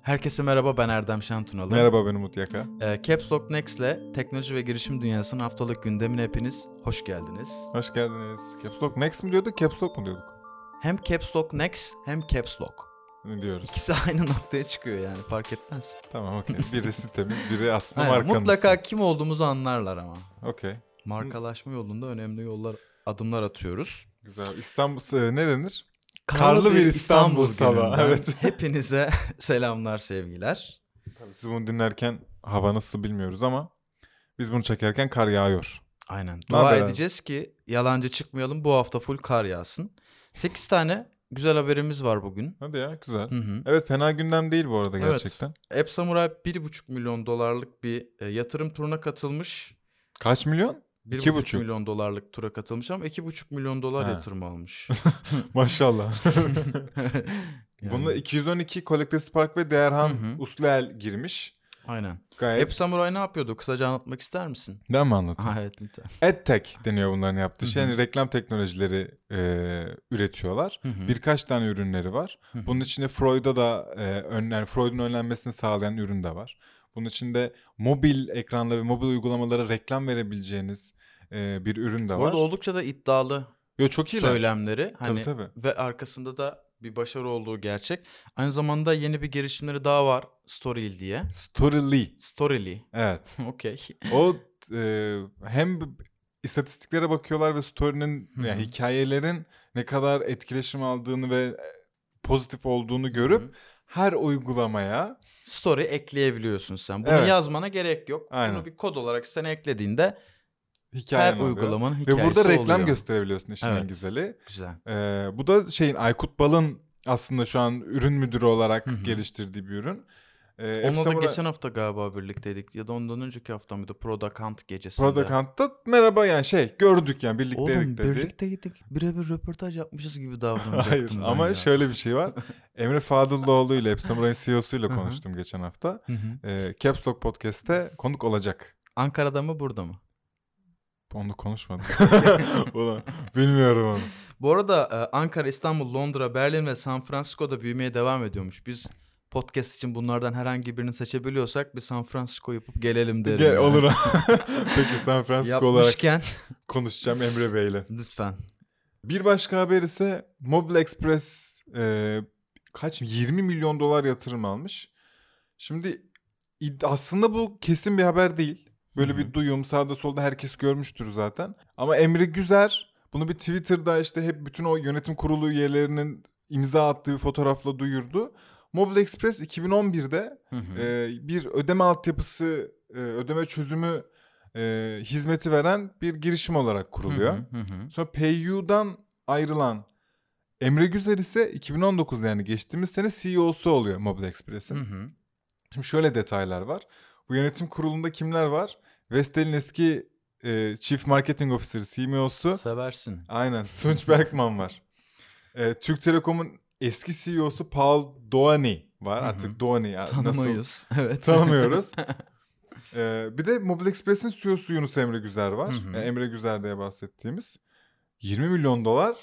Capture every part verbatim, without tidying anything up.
Herkese merhaba, ben Erdem Şantunalı. Merhaba, ben Umut Yaka. Ee, Caps Lock Next ile teknoloji ve girişim dünyasının haftalık gündemine hepiniz hoş geldiniz. Hoş geldiniz. Caps Lock Next mi diyorduk, Caps Lock mu diyorduk? Hem Caps Lock Next hem Caps Lock. Ne diyoruz? İkisi aynı noktaya çıkıyor yani, fark etmez. Tamam, okey. Biri sitemiz, biri aslında Aynen, markamız. mutlaka kim olduğumuzu anlarlar ama. Okey. Markalaşma yolunda önemli yollar, adımlar atıyoruz. Güzel. İstanbul, e, ne denir? Karlı, Karlı bir bir İstanbul, İstanbul sabahı, gününden evet. hepinize selamlar, sevgiler. Tabii siz bunu dinlerken hava nasıl bilmiyoruz ama biz bunu çekerken kar yağıyor. Aynen. Ne Dua haber abi? edeceğiz ki yalancı çıkmayalım, bu hafta full kar yağsın. sekiz tane güzel haberimiz var bugün. Hadi ya, güzel. Hı hı. Evet, fena gündem değil bu arada gerçekten. Evet. App Samurai bir buçuk milyon dolarlık bir e, yatırım turuna katılmış. Kaç milyon? bir İki buçuk buçuk. milyon dolarlık tura katılmış ama iki buçuk milyon dolar Ha. yatırım almış. Maşallah. Yani. Bunda iki yüz on iki Collectors Park ve Değerhan Hı hı. Usleel girmiş. Aynen. Gayet. App Samurai ne yapıyordu? Kısaca anlatmak ister misin? Ben mi anlatayım? Ha, evet lütfen. AdTech deniyor bunların yaptığı şey. Hı hı. Yani reklam teknolojileri e, üretiyorlar. Hı hı. Birkaç tane ürünleri var. Hı hı. Bunun içinde Freud'a da e, önlen, Freud'un önlenmesini sağlayan ürün de var. Bunun içinde mobil ekranlara ve mobil uygulamalara reklam verebileceğiniz e, bir ürün de Bu arada var. oldukça da iddialı Yo, çok iyiler. söylemleri. Hani Tabii tabii. ve arkasında da bir başarı olduğu gerçek. Aynı zamanda yeni bir girişimleri daha var. Storyl diye. Storyly. Storyly. Evet. Okey. O e, hem b- istatistiklere bakıyorlar ve story'nin Hı hı. yani hikayelerin ne kadar etkileşim aldığını ve e, pozitif olduğunu görüp Hı hı. her uygulamaya Story ekleyebiliyorsun sen. Bunu Evet. yazmana gerek yok. Aynen. Bunu bir kod olarak sen eklediğinde hikayen her oluyor. uygulamanın Ve hikayesi burada reklam oluyor. gösterebiliyorsun, işin en Evet. güzeli. Güzel. Ee, bu da şeyin Aykut Bal'ın aslında şu an ürün müdürü olarak Hı hı. geliştirdiği bir ürün. Ee, Onunla da Epsamurai- geçen hafta galiba birlikteydik. Ya da ondan önceki hafta mıydı? Product Hunt gecesinde. Product Hunt'ta merhaba yani şey gördük yani birlikteydik Oğlum dedi. birlikteydik. Birebir röportaj yapmışız gibi Hayır davranacaktım ben ama ya. şöyle bir şey var. Emre Fadıllıoğlu ile Epsamurai'nin C E O'suyla Hı hı. konuştum geçen hafta. Hı hı. Ee, Caps Lock Podcast'te konuk olacak. Ankara'da mı burada mı? Onu konuşmadım. Ulan, bilmiyorum onu. Bu arada e, Ankara, İstanbul, Londra, Berlin ve San Francisco'da büyümeye devam ediyormuş. Biz podcast için bunlardan herhangi birini seçebiliyorsak bir San Francisco yapıp gelelim derim. Gel, yani. olur. Peki San Francisco olarak Yapmışken konuşacağım Emre Bey'le. lütfen. Bir başka haber ise Mobile Express e, kaç yirmi milyon dolar yatırım almış. Şimdi id- aslında bu kesin bir haber değil. Böyle Hı hı. bir duyum sağda solda herkes görmüştür zaten. Ama Emre Güzer bunu bir Twitter'da işte hep bütün o yönetim kurulu üyelerinin imza attığı bir fotoğrafla duyurdu. Mobile Express iki bin on birde Hı hı. e, bir ödeme altyapısı, e, ödeme çözümü e, hizmeti veren bir girişim olarak kuruluyor. Hı hı, hı hı. Sonra PayU'dan ayrılan Emre Güzer ise iki bin on dokuz yani geçtiğimiz sene C E O'su oluyor Mobile Express'in. Hı hı. Şimdi şöyle detaylar var. Bu yönetim kurulunda kimler var? Vestel'in eski e, Chief Marketing Officer, C M O'su. Seversin. Aynen. Tunç Berkman var. E, Türk Telekom'un eski C E O'su Paul Doani var. Hı hı. Artık Doani ya, nasıl Tanımayız. Evet. tanımıyoruz. e, bir de Mobile Express'in C E O'su Yunus Emre Güzer var. Hı hı. Yani Emre Güzer diye bahsettiğimiz. yirmi milyon dolar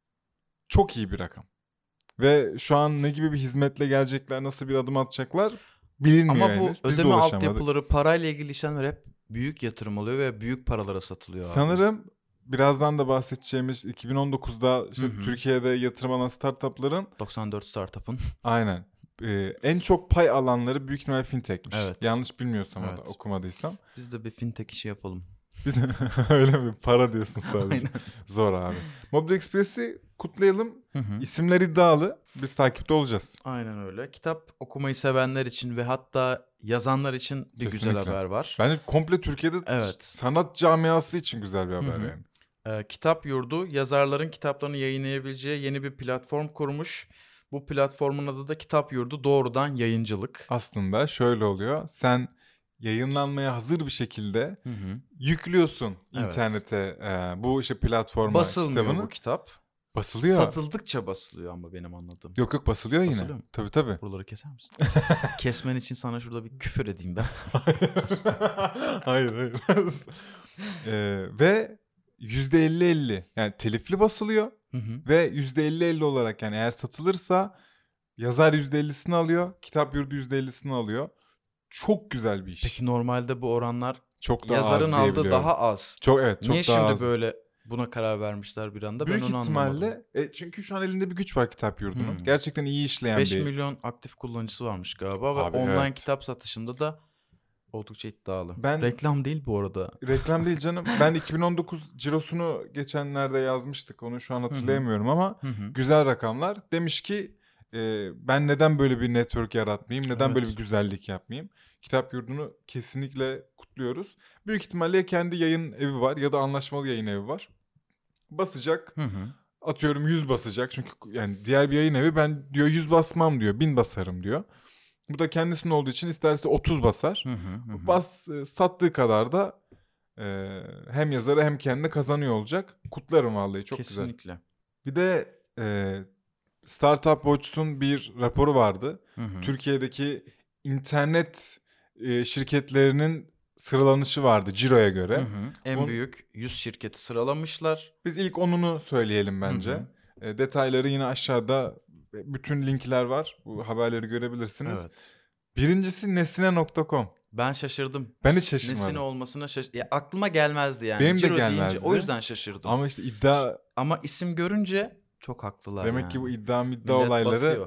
çok iyi bir rakam. Ve şu an ne gibi bir hizmetle gelecekler, nasıl bir adım atacaklar bilinmiyor Ama bu henüz. Biz de ödeme ulaşamadık. altyapıları, parayla ilgili işlemler hep büyük yatırım oluyor ve büyük paralara satılıyor abi. Sanırım birazdan da bahsedeceğimiz iki bin on dokuzda işte Hı hı. Türkiye'de yatırım alan startupların doksan dört startup'ın. aynen e, en çok pay alanları büyük ihtimalle fintech'miş. Evet. Yanlış bilmiyorsam o da Evet. okumadıysam. Biz de bir fintech işi yapalım. Biz öyle mi? Para diyorsun sadece. Aynen. Zor abi. Mobile Express'i kutlayalım. Hı hı. İsimler iddialı. Biz takipte olacağız. Aynen öyle. Kitap okumayı sevenler için ve hatta yazanlar için bir güzel Kesinlikle. haber var. Bence komple Türkiye'de Evet. sanat camiası için güzel bir haber Hı hı. yani. Ee, Kitap Yurdu yazarların kitaplarını yayınlayabileceği yeni bir platform kurmuş. Bu platformun adı da Kitap Yurdu Doğrudan Yayıncılık. Aslında şöyle oluyor. Sen yayınlanmaya hazır bir şekilde Hı hı. yüklüyorsun Evet. internete e, bu işte platforma Basılmıyor kitabını. bu kitap. Basılıyor. Satıldıkça basılıyor ama benim anladığım. Yok yok basılıyor yine. Basılıyor mu? Tabii tabii. Buraları keser misin? Kesmen için sana şurada bir küfür edeyim ben. hayır hayır. Ee, ve yüzde elli elli yani telifli basılıyor Hı hı. ve yüzde elli elli olarak yani eğer satılırsa yazar yüzde ellisini alıyor, kitap yurdu yüzde ellisini alıyor. Çok güzel bir iş. Peki normalde bu oranlar Çok daha yazarın az aldığı diyebiliyorum. daha az. Çok evet, çok Niye daha şimdi az. böyle buna karar vermişler bir anda? Büyük ben onu anlamadım. ihtimalle e, çünkü şu an elinde bir güç var kitap yurdunun. Hmm. Gerçekten iyi işleyen beş bir. milyon aktif kullanıcısı varmış galiba ve Abi, online evet. kitap satışında da oldukça iddialı. Ben- Reklam değil bu arada. Reklam değil canım. Ben iki bin on dokuz cirosunu geçenlerde yazmıştık. Onu şu an hatırlayamıyorum ama Hı hı. güzel rakamlar. Demiş ki e, ben neden böyle bir network yaratmayayım? Neden Evet. böyle bir güzellik yapmayayım? Kitap yurdunu kesinlikle kutluyoruz. Büyük ihtimalle ya kendi yayın evi var ya da anlaşmalı yayın evi var. Basacak. Hı hı. Atıyorum yüz basacak. Çünkü yani diğer bir yayın evi ben diyor yüz basmam diyor. bin basarım diyor. Bu da kendisinin olduğu için isterse otuz basar. Hı hı. hı hı. Bas e, sattığı kadar da e, hem yazarı hem kendine kazanıyor olacak. Kutlarım vallahi, çok güzel. Kesinlikle. Bir de e, Startup Watch'un bir raporu vardı. Hı hı. Türkiye'deki internet e, şirketlerinin sıralanışı vardı Ciro'ya göre. Hı hı. En On- büyük yüz şirketi sıralamışlar. Biz ilk onunu söyleyelim bence. Hı E, detayları yine aşağıda, bütün linkler var. Bu haberleri görebilirsiniz. Evet. Birincisi nesine nokta com. Ben şaşırdım. Ben hiç şaşırmadım. Nesine olmasına şaş... Ya aklıma gelmezdi yani. Benim de Ciro deyince gelmezdi. o yüzden şaşırdım. Ama, Ama işte iddia, isim görünce çok haklılar demek yani. ki bu iddia iddia Millet olayları batıyor.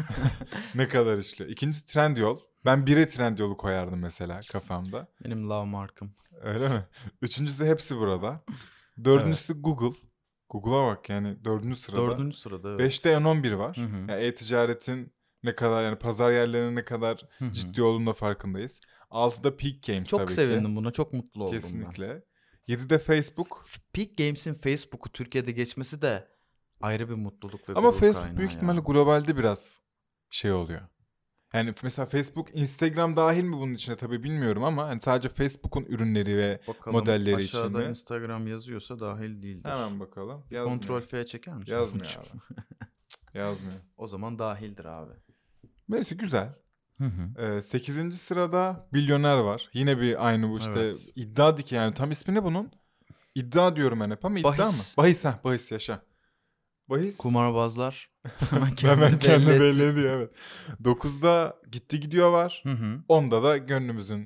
ne kadar işliyor. İkincisi Trendyol. Ben bire Trendyol'u koyardım mesela kafamda. Benim love markım. Öyle mi? Üçüncüsü hepsi burada. Dördüncüsü Google. Google'a bak yani dördüncü sırada. Dördüncü sırada evet. Beşte N on bir var. Hı hı. Yani e-ticaretin ne kadar, yani pazar yerlerinin ne kadar Hı hı. ciddi olduğunu da farkındayız. Altıda Peak Games Çok tabii sevindim ki. buna. Çok mutlu oldum ben. Kesinlikle. Yedide Facebook. Peak Games'in Facebook'u Türkiye'de geçmesi de ayrı bir mutluluk ve Ama gurur Facebook kaynağı büyük ya. ihtimalle globalde biraz şey oluyor. Yani mesela Facebook, Instagram dahil mi bunun içine tabii bilmiyorum ama hani sadece Facebook'un ürünleri ve Bakalım, modelleri aşağıda için mi? Instagram yazıyorsa dahil değildir. Hemen bakalım. Bir Yazmıyor. Kontrol F'ye çeker misin? Yazmıyor abi. Yazmıyor. O zaman dahildir abi. Neyse güzel. Hı hı. Ee, sekizinci sırada Milyoner var. Yine bir aynı bu işte Evet. iddia diki, yani tam ismi ne bunun? İddia diyorum ben hep ama iddia Bahis. mı? Bahis, ha bahis yaşa. Bahis. Kumarbazlar hemen Hemen kendini kendini belli belli etti. ediyor, evet. dokuzda Gitti Gidiyor var. Hı hı. Onda da gönlümüzün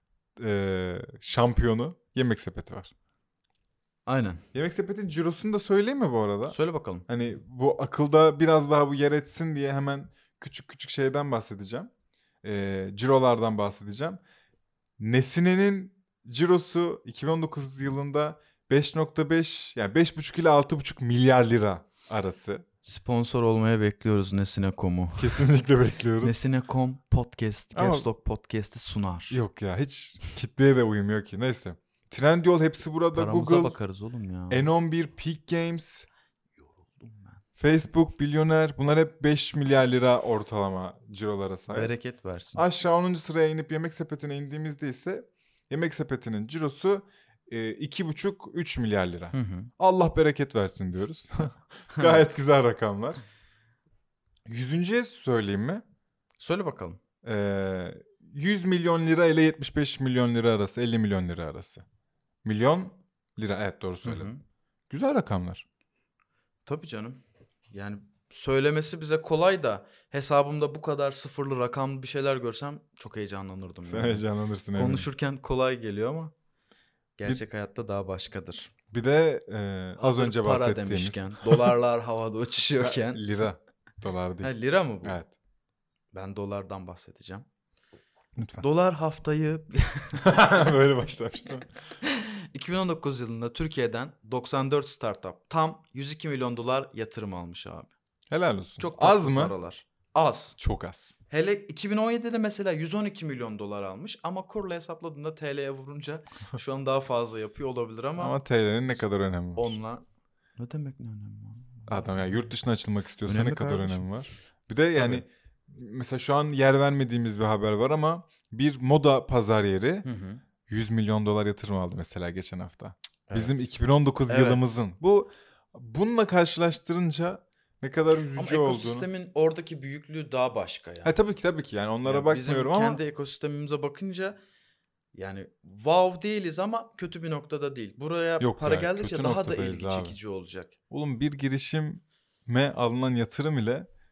e, şampiyonu Yemek Sepeti var. Aynen. Yemek Sepeti'nin cirosunu da söyleyeyim mi bu arada? Söyle bakalım. Hani bu akılda biraz daha bu yer etsin diye hemen küçük küçük şeyden bahsedeceğim. E, cirolardan bahsedeceğim. Nesine'nin cirosu iki bin on dokuz yılında beş nokta beş, yani beş buçuk ile altı buçuk milyar lira arası. Sponsor olmaya bekliyoruz Nesine nokta com'u. Kesinlikle bekliyoruz. Nesine nokta com podcast, Ama- Caps Lock Podcast'i sunar. Yok ya, hiç kitleye de uymuyor ki. Neyse. Trendyol hepsi burada. Paramıza Google, bakarız oğlum ya. N on bir, Peak Games, Yoruldum ben. Facebook, Milyoner. Bunlar hep beş milyar lira ortalama cirolara sahip. Bereket versin. Aşağı onuncu sıraya inip Yemek Sepeti'ne indiğimizde ise Yemek Sepeti'nin cirosu e, iki buçuk üç milyar lira. Hı hı. Allah bereket versin diyoruz. Gayet güzel rakamlar. Yüzüncüye söyleyeyim mi? Söyle bakalım. Ee, yüz milyon lira ile yetmiş beş milyon lira arası, elli milyon lira arası. Milyon lira, evet doğru Hı söyledim. hı. Güzel rakamlar. Tabii canım. Yani söylemesi bize kolay da hesabımda bu kadar sıfırlı rakamlı bir şeyler görsem çok heyecanlanırdım. Sen yani. heyecanlanırsın eminim. Konuşurken kolay geliyor ama gerçek hayatta daha başkadır. Bir de e, az Hazır önce para bahsettiğimiz. demişken, dolarlar havada uçuşuyorken. Lira. Dolar Ha, değil. lira mı bu? Evet. Ben dolardan bahsedeceğim. Lütfen. Dolar haftayı Böyle başlamıştım. iki bin on dokuz yılında Türkiye'den doksan dört startup tam yüz iki milyon dolar yatırım almış abi. Helal olsun. Çok az tatlı mı? paralar. Az. Çok az. Hele iki bin on yedide mesela yüz on iki milyon dolar almış ama kurla hesapladığında T L'ye vurunca şu an daha fazla yapıyor olabilir ama, Ama T L'nin ne kadar önemi var? onunla ne demek ne önemi var? Adam ya yurt dışına açılmak istiyorsa Önemli ne kadar kardeşim. önemi var? Bir de yani Tabii. mesela şu an yer vermediğimiz bir haber var ama bir moda pazar yeri Hı hı. yüz milyon dolar yatırım aldı mesela geçen hafta. Bizim Evet. iki bin on dokuz Evet. yılımızın. Bu bununla karşılaştırınca ne kadar Ama üzücü olduğunu. ekosistemin oradaki büyüklüğü daha başka yani. Ha, tabii ki tabii ki yani onlara Yani bakmıyorum bizim ama kendi ekosistemimize bakınca yani wow değiliz ama kötü bir noktada değil. Buraya Yok para ya, geldikçe kötü daha da noktadayız ilgi abi. çekici olacak. oğlum bir girişime alınan yatırım ile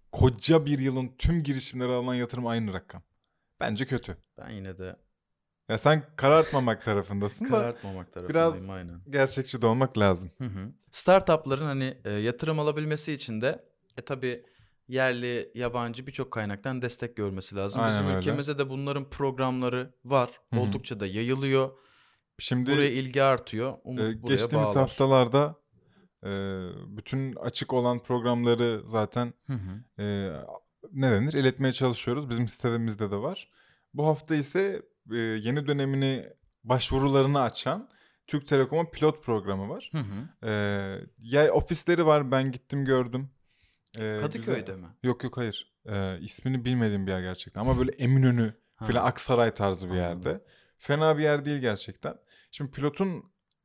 koca bir yılın tüm girişimlere alınan yatırım aynı rakam. Bence kötü. Ben yine de Ya sen karartmamak tarafındasın da karartmamak biraz tarafındayım aynen. gerçekçi de olmak lazım. Hı hı. Startupların hani e, yatırım alabilmesi için de e tabii yerli, yabancı birçok kaynaktan destek görmesi lazım. Aynen Bizim öyle. ülkemizde de bunların programları var. Hı hı. Oldukça da yayılıyor. Şimdi Buraya ilgi artıyor. e, Umut buraya geçtiğimiz bağlar. haftalarda e, bütün açık olan programları zaten Hı hı. e, ne denir? İletmeye çalışıyoruz. Bizim sitemizde de var. Bu hafta ise e, yeni dönemini başvurularını açan Türk Telekom'un pilot programı var. Hı hı. E, ya ofisleri var. Ben gittim gördüm. E, Kadıköy'de güzel. mi? Yok yok hayır. E, ismini bilmediğim bir yer gerçekten. Ama böyle Eminönü Ha, filan Aksaray tarzı bir anladım. yerde. Fena bir yer değil gerçekten. Şimdi pilotun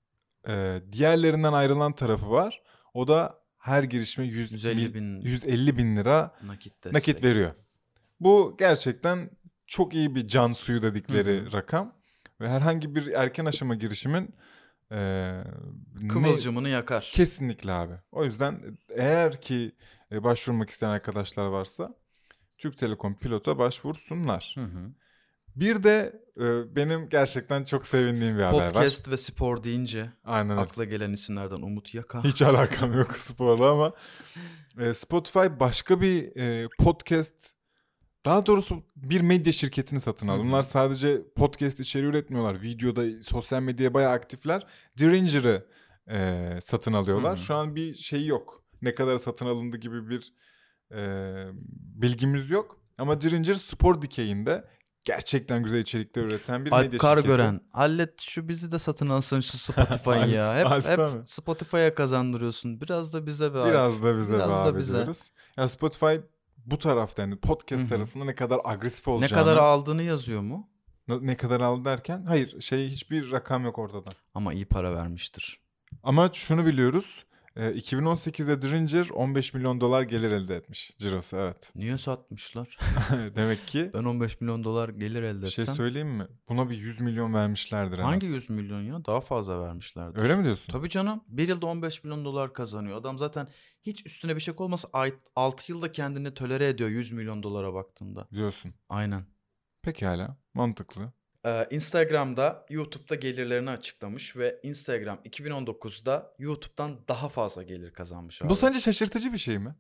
e, diğerlerinden ayrılan tarafı var. O da her girişime yüz, yüz elli mil- bin yüz elli bin lira nakit destek. nakit veriyor. Bu gerçekten çok iyi bir can suyu dedikleri Hı hı. rakam. Ve herhangi bir erken aşama girişimin e, ne- Kıvılcımını yakar. kesinlikle abi. O yüzden eğer ki e, başvurmak isteyen arkadaşlar varsa Türk Telekom Pilot'a başvursunlar. Hı hı. Bir de e, benim gerçekten çok sevindiğim bir haber var. Podcast ve spor deyince Aynen öyle. akla gelen isimlerden Umut Yaka. Hiç alakam yok sporla ama e, Spotify başka bir e, podcast, daha doğrusu bir medya şirketini satın aldı. Hı hı. Bunlar sadece podcast içeriği üretmiyorlar. Videoda, sosyal medyaya bayağı aktifler. Deringer'ı e, satın alıyorlar. Hı hı. Şu an bir şey yok. Ne kadar satın alındı gibi bir e, bilgimiz yok. ama Deringer spor dikeyinde gerçekten güzel içerikler üreten bir medya Alp Kar şirketi. gören. Hallet şu bizi de satın alsın şu Spotify'ı ya. Hep, Alp hep değil mi? Spotify'a kazandırıyorsun. Biraz da bize be Alp. Biraz da bize Biraz be da abi bize. diyoruz. Ya Spotify bu tarafta yani podcast Hı hı. tarafında ne kadar agresif Ne olacağını. kadar aldığını yazıyor mu? Ne ne kadar aldı derken? Hayır, şey hiçbir rakam yok ortada. Ama iyi para vermiştir. Ama şunu biliyoruz. e, iki bin on sekizde Deringer on beş milyon dolar gelir elde etmiş. Cirosu evet. Niye satmışlar? Demek ki Ben on beş milyon dolar gelir elde bir şey etsem. söyleyeyim mi? Buna bir yüz milyon vermişlerdir en Hangi az. yüz milyon ya? Daha fazla vermişlerdir. Öyle mi diyorsun? Tabii canım. Bir yılda on beş milyon dolar kazanıyor. Adam zaten hiç üstüne bir şey olmasa altı yılda kendini tolere ediyor yüz milyon dolara baktığında. Diyorsun. Aynen. Pekala. Mantıklı. Ee, Instagram'da, YouTube'da gelirlerini açıklamış ve Instagram iki bin on dokuzda YouTube'dan daha fazla gelir kazanmış abi. Bu sence şaşırtıcı bir şey mi?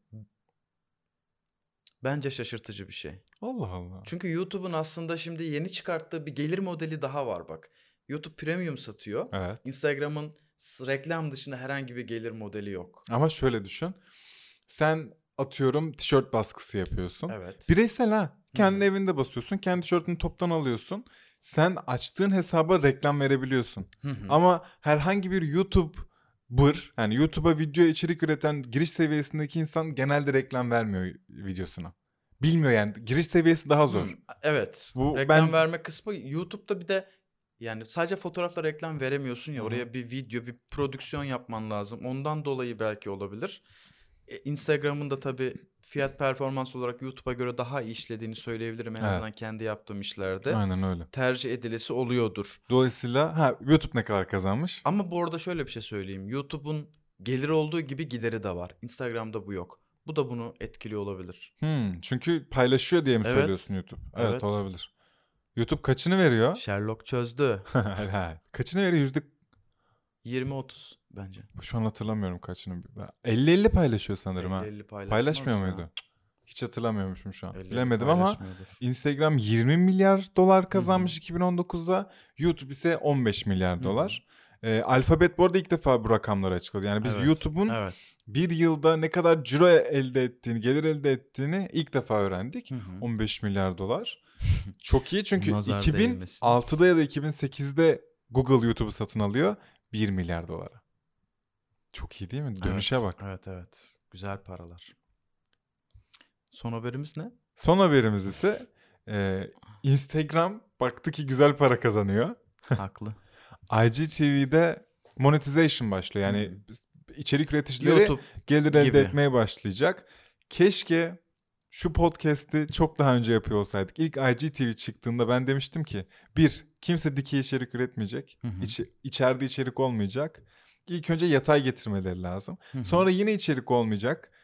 Bence şaşırtıcı bir şey. Allah Allah. Çünkü YouTube'un aslında şimdi yeni çıkarttığı bir gelir modeli daha var bak. YouTube Premium satıyor. Evet. Instagram'ın s- reklam dışında herhangi bir gelir modeli yok. Ama şöyle düşün. Sen atıyorum tişört baskısı yapıyorsun. Evet. Bireysel ha. Kendi Hı. evinde basıyorsun. Kendi tişörtünü toptan alıyorsun. Sen açtığın hesaba reklam verebiliyorsun. Hı hı. Ama herhangi bir YouTuber, yani YouTube'a video içerik üreten giriş seviyesindeki insan genelde reklam vermiyor videosuna. Bilmiyor yani. Giriş seviyesi daha zor. Hı, evet. Bu reklam ben- verme kısmı YouTube'da bir de yani sadece fotoğrafla reklam veremiyorsun ya. Hı hı. Oraya bir video, bir prodüksiyon yapman lazım. Ondan dolayı belki olabilir. E, Instagram'ın da tabii fiyat performans olarak YouTube'a göre daha iyi işlediğini söyleyebilirim. En Evet. azından kendi yaptığım işlerde. Aynen öyle. Tercih edilesi oluyordur. Dolayısıyla ha YouTube ne kadar kazanmış? Ama bu arada şöyle bir şey söyleyeyim. YouTube'un geliri olduğu gibi gideri de var. Instagram'da bu yok. Bu da bunu etkiliyor olabilir. Hmm, çünkü paylaşıyor diye mi Evet. söylüyorsun YouTube? Evet, Evet. olabilir. YouTube kaçını veriyor? Sherlock çözdü. Hayır, hayır. Kaçını veriyor? Yüzde yirmi otuz bence. şu an hatırlamıyorum kaçını. elli elli paylaşıyor sanırım ha. elli elli paylaşmaz Paylaşmıyor ya. muydu? Hiç hatırlamıyormuşum şu an. elli elli Bilemedim ama paylaşmıyordur. Instagram yirmi milyar dolar kazanmış iki bin on dokuzda. YouTube ise on beş milyar Hı hı. dolar. Ee, Alphabet bu arada ilk defa bu rakamları açıkladı. Yani biz Evet, YouTube'un Evet. bir yılda ne kadar ciro elde ettiğini, gelir elde ettiğini ilk defa öğrendik. Hı hı. on beş milyar dolar. Çok iyi çünkü Nazar iki bin altıda ya da iki bin sekizde Google YouTube'u satın alıyor bir milyar dolara. Çok iyi değil mi? Dönüşe evet, bak. Evet evet. Güzel paralar. Son haberimiz ne? Son haberimiz ise e, Instagram baktı ki güzel para kazanıyor. Haklı. I G T V'de monetization başlıyor. Yani Hmm. içerik üreticileri YouTube gelir elde gibi. etmeye başlayacak. Keşke şu podcast'i çok daha önce yapıyor olsaydık. İlk I G T V çıktığında ben demiştim ki bir, kimse dikey içerik üretmeyecek. Hı hı. İç, içeride içerik olmayacak. İlk önce yatay getirmeleri lazım. Hı hı. Sonra yine içerik olmayacak.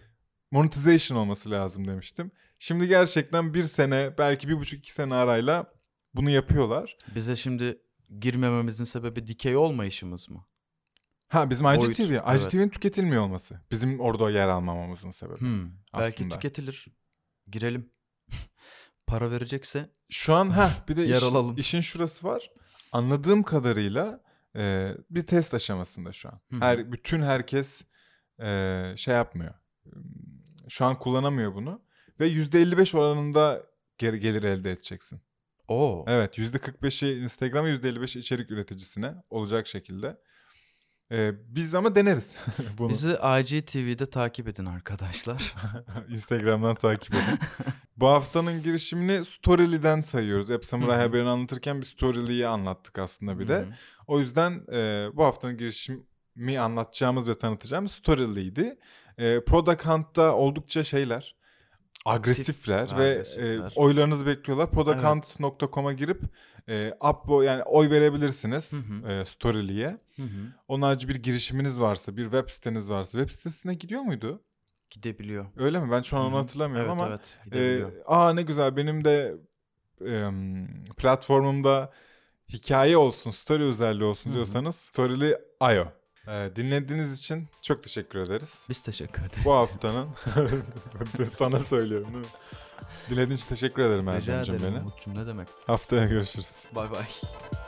monetization olması lazım demiştim. Şimdi gerçekten bir sene belki bir buçuk iki sene arayla bunu yapıyorlar. Bize şimdi girmememizin sebebi dikey olmayışımız mı? Ha bizim Boyut, I G T V. evet. I G T V'nin tüketilmiyor olması. Bizim orada yer almamamızın sebebi. Hmm, belki aslında. tüketilir. Girelim. Para verecekse Şu an ha bir de yer iş- alalım. işin şurası var. Anladığım kadarıyla e, bir test aşamasında şu an. Hı hı. Her bütün herkes e, şey yapmıyor. Şu an kullanamıyor bunu ve yüzde elli beş oranında geri gelir elde edeceksin. Oo. Evet, yüzde kırk beşi Instagram'a, yüzde elli beşi içerik üreticisine olacak şekilde. E, biz ama deneriz bunu. Bizi I G T V'de takip edin arkadaşlar. Instagram'dan takip edin. Bu haftanın girişimini Storyly'den sayıyoruz. App Samurai Hı hı. haberini anlatırken bir Storyly'yi anlattık aslında bir de. Hı hı. O yüzden e, bu haftanın girişimi anlatacağımız ve tanıtacağımız Storyly'ydi. E, Product Hunt'ta oldukça şeyler, agresifler Aktif ve agresifler. e, oylarınızı bekliyorlar. product hunt nokta com'a girip e, upvote yani oy verebilirsiniz Hı hı. e, Storyly'ye. Hı hı. Onun harici bir girişiminiz varsa, bir web siteniz varsa, web sitesine gidiyor muydu? Gidebiliyor. Öyle mi? Ben şu an Hı onu hı. hatırlamıyorum Evet ama evet e, gidebiliyor. aa ne güzel benim de e, platformumda hikaye olsun, story özelliği olsun Hı hı. diyorsanız Storyly nokta io. E, dinlediğiniz için çok teşekkür ederiz. Biz teşekkür ederiz. Bu haftanın ben sana söylüyorum değil mi? Dinlediğiniz için teşekkür ederim Rica Erdemciğim ederim beni. Umut'cum, ne demek. Haftaya görüşürüz. Bay bay.